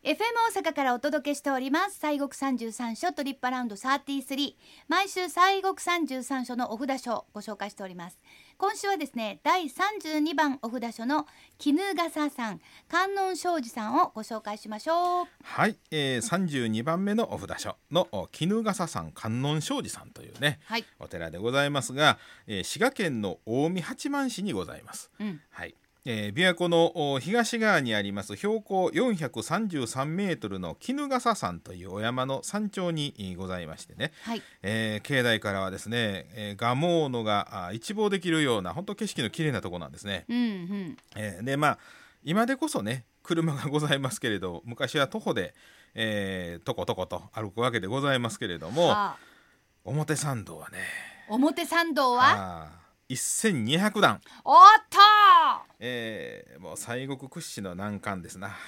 FM 大阪からお届けしております西国33所トリップアラウンド33。毎週西国33所のお札書をご紹介しております。今週はですね、第32番お札書の衣笠さん、観音正司さんをご紹介しましょう。 はい、32番目のお札書の衣笠さん観音正司さんというね、 はい、 お寺でございますが、滋賀県の近江八幡市にございます。はい、琵琶湖の東側にあります標高433メートルの衣笠山というお山の山頂にございましてね、 はい、 境内からはですね、蒲生野が一望できるような本当景色の綺麗なところなんですね。で今でこそね車がございますけれど、昔は徒歩で、とことこと歩くわけでございますけれども、表参道はね、 表参道は 1200段。 おっともう西国屈指の難関ですな。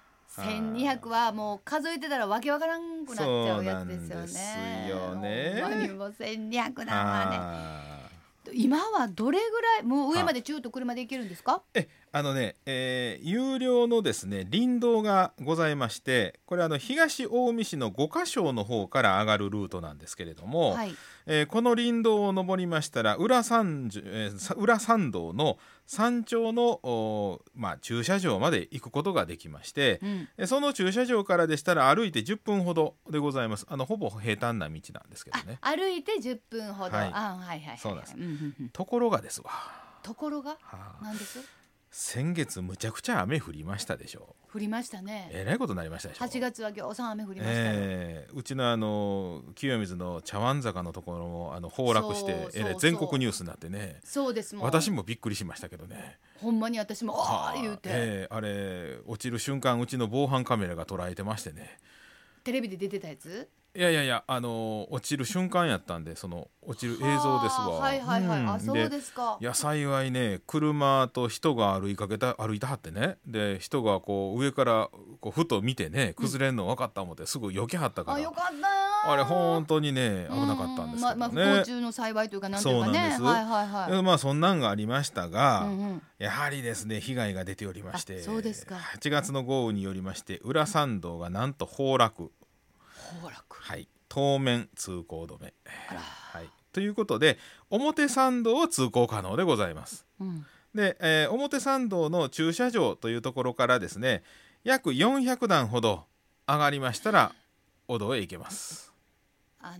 1200はもう数えてたらわけわからんくなっちゃうやつですよね。 そうなんですよね。 ほんまにもう1200段はね。今はどれぐらい、もう上まで中と車で行けるんですか？ 有料のですね林道がございまして、これ東近江市の五箇所の方から上がるルートなんですけれども、 はい、 この林道を登りましたら裏参道の山頂の、駐車場まで行くことができまして、その駐車場からでしたら歩いて10分ほどでございます。ほぼ平坦な道なんですけどね。 歩いて10分ほど、 そうなんです。ところがですわ。 ところが何です？ 先月むちゃくちゃ雨降りましたでしょ。 降りましたね。 えらいことになりましたでしょ。 8月はぎょうさん雨降りましたよ。 うちの清水の茶碗坂のところも崩落して全国ニュースになってね。 そうですもん。 私もびっくりしましたけどね。 ほんまに私も言うて、 あれ落ちる瞬間うちの防犯カメラが捉えてましてね。 テレビで出てたやつ？ いや落ちる瞬間やったんで、その落ちる映像ですわ。 そうですか。 いや幸いね車と人が歩いたはってね、で人がこう上からこうふと見てね崩れんの分かった思ってすぐ避けはったから、 よかったあれ本当にね危なかったんですけどね。 不幸中の幸いというかなんていうかね。 そうなんです。そんなんがありましたが、やはりですね被害が出ておりまして、 そうですか。 8月の豪雨によりまして裏参道がなんと崩落、はい、当面通行止め、はい、ということで表参道は通行可能でございます。で、表参道の駐車場というところからですね約400段ほど上がりましたらお堂へ行けます。 はい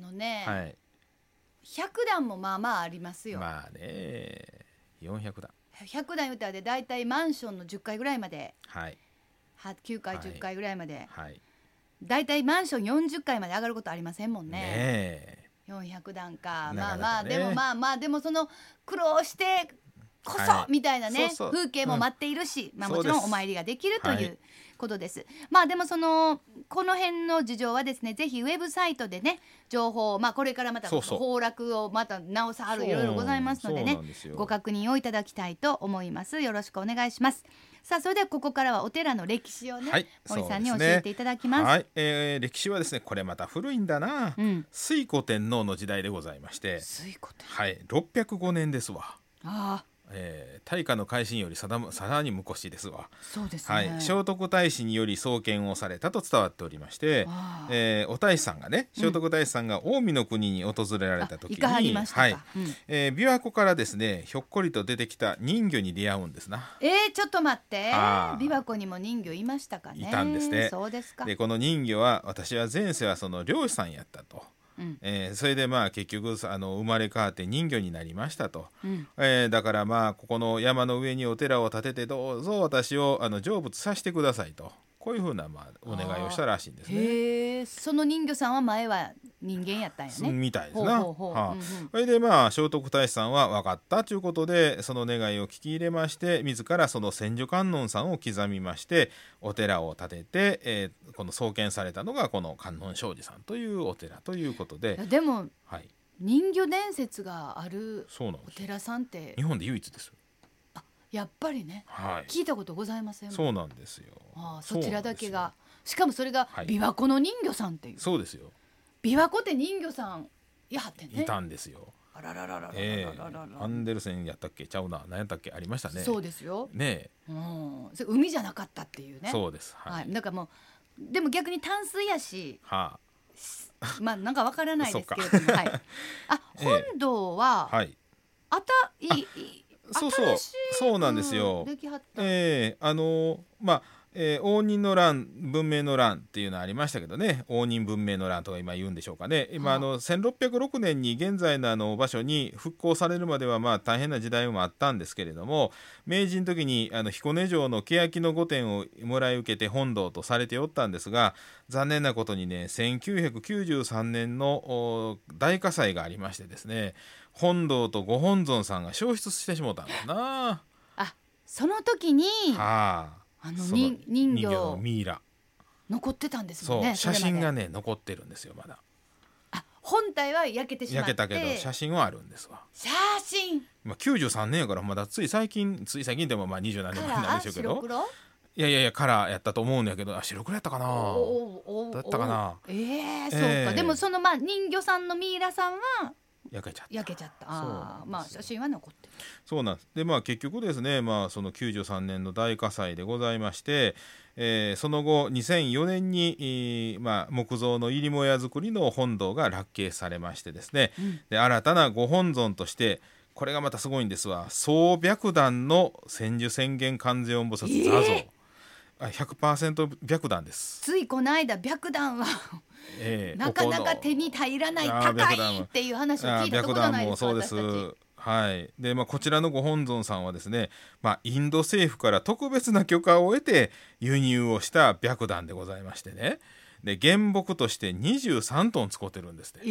、100段もまあまあありますよ。 まあね400段 100段言うたらでだいたいマンションの10階ぐらいまで、9階10階ぐらいまで、だいたいマンション40階まで上がることありませんもんね。400段か。でもその苦労してこそみたいなね、風景も待っているし、もちろんお参りができるということです。でもこの辺の事情はですね、ぜひウェブサイトでね情報を、これからまた崩落をまた直さはるいろいろございますのでね、ご確認をいただきたいと思います。よろしくお願いします。さあそれではここからはお寺の歴史をね、森さんに教えていただきます。 歴史はですねこれまた古いんだな。推古天皇の時代でございまして、605年ですわ。大化の改新よりさらに昔ですわ。 そうですね。 聖徳太子により創建をされたと伝わっておりまして、お太子さんがね聖徳太子さんが近江の国に訪れられた時に、琵琶湖からですねひょっこりと出てきた人魚に出会うんですな。 ちょっと待って、琵琶湖にも人魚いましたかね。 いたんですね。 そうですか。 でこの人魚は私は前世はその漁師さんやったと。それで結局生まれ変わって人魚になりましたと。だからここの山の上にお寺を建ててどうぞ私を成仏させてくださいと、こういうふうなお願いをしたらしいんですね。 その人魚さんは前は人間やったんやね。 みたいですな。それで聖徳太子さんは分かったということでその願いを聞き入れまして、自らその千手観音さんを刻みましてお寺を建てて、この創建されたのがこの観音正司さんというお寺ということで。 でも、人魚伝説があるお寺さんって日本で唯一です。 やっぱりね、聞いたことございませんもん。 そうなんですよ。 そちらだけが、しかもそれが琵琶湖の人魚さんっていう。 そうですよ。 琵琶湖って人魚さんいはってね。 いたんですよ。アンデルセンやったっけちゃうな、何やったっけありましたね。 そうですよね。 海じゃなかったっていうね。 そうです。 だからもうでも逆に淡水やし、 はあ、まあなんかわからないですけれども、はい、あ、本堂は、 はい、そうなんですよ。 できはった。 まあ応仁の乱、文明の乱っていうのありましたけどね、応仁文明の乱とか今言うんでしょうかね。今1606年に現在の場所に復興されるまではまあ大変な時代もあったんですけれども、明治の時に彦根城の欅の御殿をもらい受けて本堂とされておったんですが、残念なことにね、1993年の大火災がありましてですね、本堂とご本尊さんが焼失してしもうたんだな。 あ、その時に、 はあ、 人形のミイラ残ってたんですもんね。 そう、写真がね残ってるんですよ。まだ本体は焼けてしまって、 焼けたけど写真はあるんですわ。 写真今93年やから、まだつい最近でもまあ20何年前なんでしょうけど、いやカラーやったと思うんだけど、白黒やったかな、どうやったかな。 そうか。でもその人魚さんのミイラさんは焼けちゃった。 まあ写真は残ってる。 そうなんです。で結局ですね、その93年の大火災でございまして、その後2004年に、木造の入り母屋造りの本堂が落慶されましてですね、で新たなご本尊として、これがまたすごいんですわ、総白檀の千手千眼観世音菩薩座像、100% 白檀です。 ついこの間白檀はなかなか手に入らない、高いっていう話を聞いたところじゃないですか。 そうです。はい。でこちらのご本尊さんはですね、インド政府から特別な許可を得て輸入をした白檀でございましてね、で原木として23トン使ってるんですって。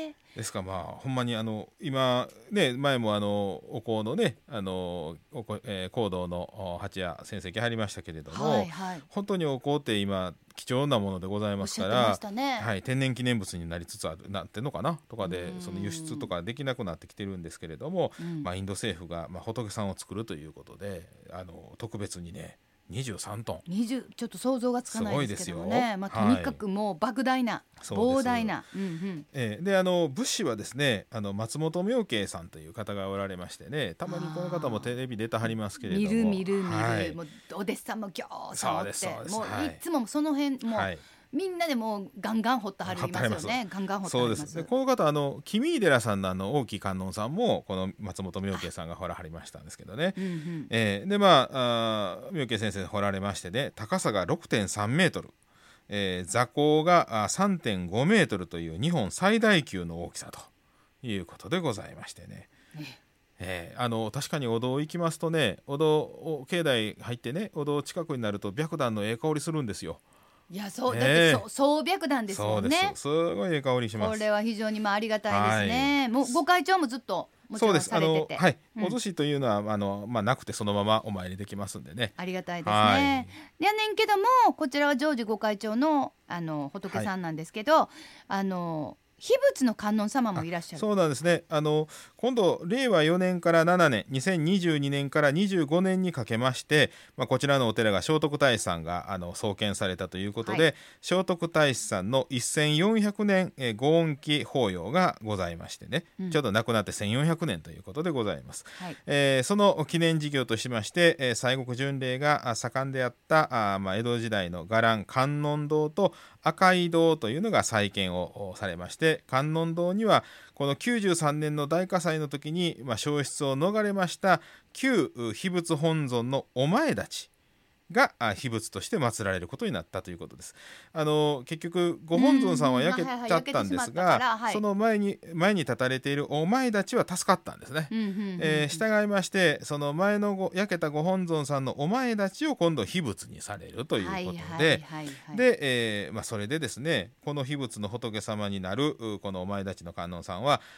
ですからほんまに今ね、前もお香のね香道の八谷先生来はりましたけれども、本当にお香って今貴重なものでございますから、天然記念物になりつつあるなってのかなとかで、その輸出とかできなくなってきてるんですけれども、インド政府が仏さんを作るということで特別にね23トン、 ちょっと想像がつかないですけどもね、とにかくもう莫大な、膨大な、 で仏師はですね、松本明慶さんという方がおられましてね、たまにこの方もテレビ出てはりますけれども、 見る、もうお弟子さんもぎょうさんおって、もういつもその辺もう、みんなでもうガンガン掘ってはりますよね。ガンガン掘ってはります。 そうです。でこの方君井寺さんの大きい観音さんもこの松本明慶さんが掘らはりましたんですけどね、で明慶先生掘られましてね、高さが 6.3 メートル、座高が3.5 メートルという日本最大級の大きさということでございましてね、確かにお堂行きますとね、お堂境内入ってね、お堂近くになると白檀の香りするんですよ。 いや、そうだって総白檀ですもんね。 すごい香りします。 これは非常にありがたいですね。もうご会長もずっともちろんされてて、 お寿司というのはなくてそのままお参りできますんでね、 ありがたいですね。やねんけども、こちらはジョージご会長の仏さんなんですけど、秘仏の観音様もいらっしゃる。 そうなんですね。今度令和4年から7年2022年から25年にかけまして、こちらのお寺が聖徳太子さんが創建されたということで、聖徳太子さんの1400年ご恩期法要がございましてね、ちょうど亡くなって1400年ということでございます。その記念事業としまして、西国巡礼が盛んであった江戸時代の伽藍観音堂と赤井堂というのが再建をされまして、観音堂にはこの93年の大火災の時に焼失を逃れました旧秘仏本尊のお前立ちが秘仏として祀られることになったということです。結局ご本尊さんは焼けちゃったんですが、その前に立たれているお前立ちは助かったんですね。従いましてその前の焼けたご本尊さんのお前立ちを今度秘仏にされるということで、それでですね、この秘仏の仏様になるこのお前立ちの観音さんは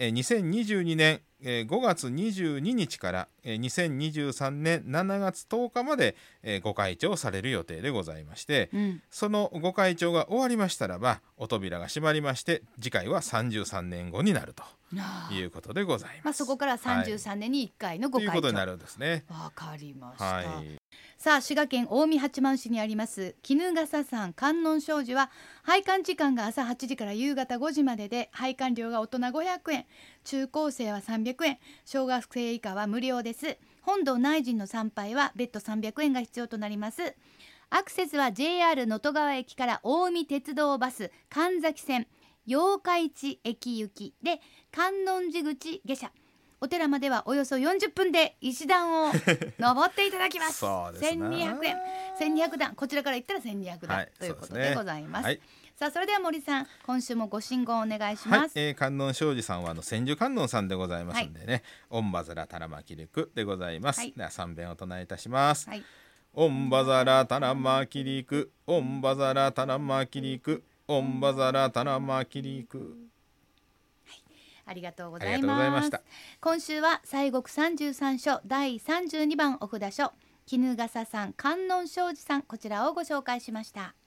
2022年5月22日から2023年7月10日までご開帳される予定でございまして、そのご開帳が終わりましたらばお扉が閉まりまして、次回は33年後になるということでございます。 そこから33年に1回のご開帳、ということになるんですね。 わかりました。さあ、滋賀県近江八幡市にあります衣笠山観音聖寺は拝観時間が朝8時から夕方5時までで、拝観料が大人500円、中高生は300円、小学生以下は無料です。本堂内陣の参拝は別途300円が必要となります。 アクセスは JR 能登川駅から近江鉄道バス神崎線八日市駅行きで観音寺口下車。お寺まではおよそ40分で石段を登っていただきますそうですね、 1200円1200段、こちらから行ったら1200段、ということでございます。さあそれでは森さん、今週もご進言お願いします。 観音庄司さんは千手観音さんでございますんでね、オンバザラタラマキリクでございます。では3遍お唱えいたします。オンバザラタラマキリク、オンバザラタラマキリク、オンバザラタラマキリク。 ありがとうございました。今週は西国33所第32番お札所、衣笠さん、観音庄司さん、こちらをご紹介しました。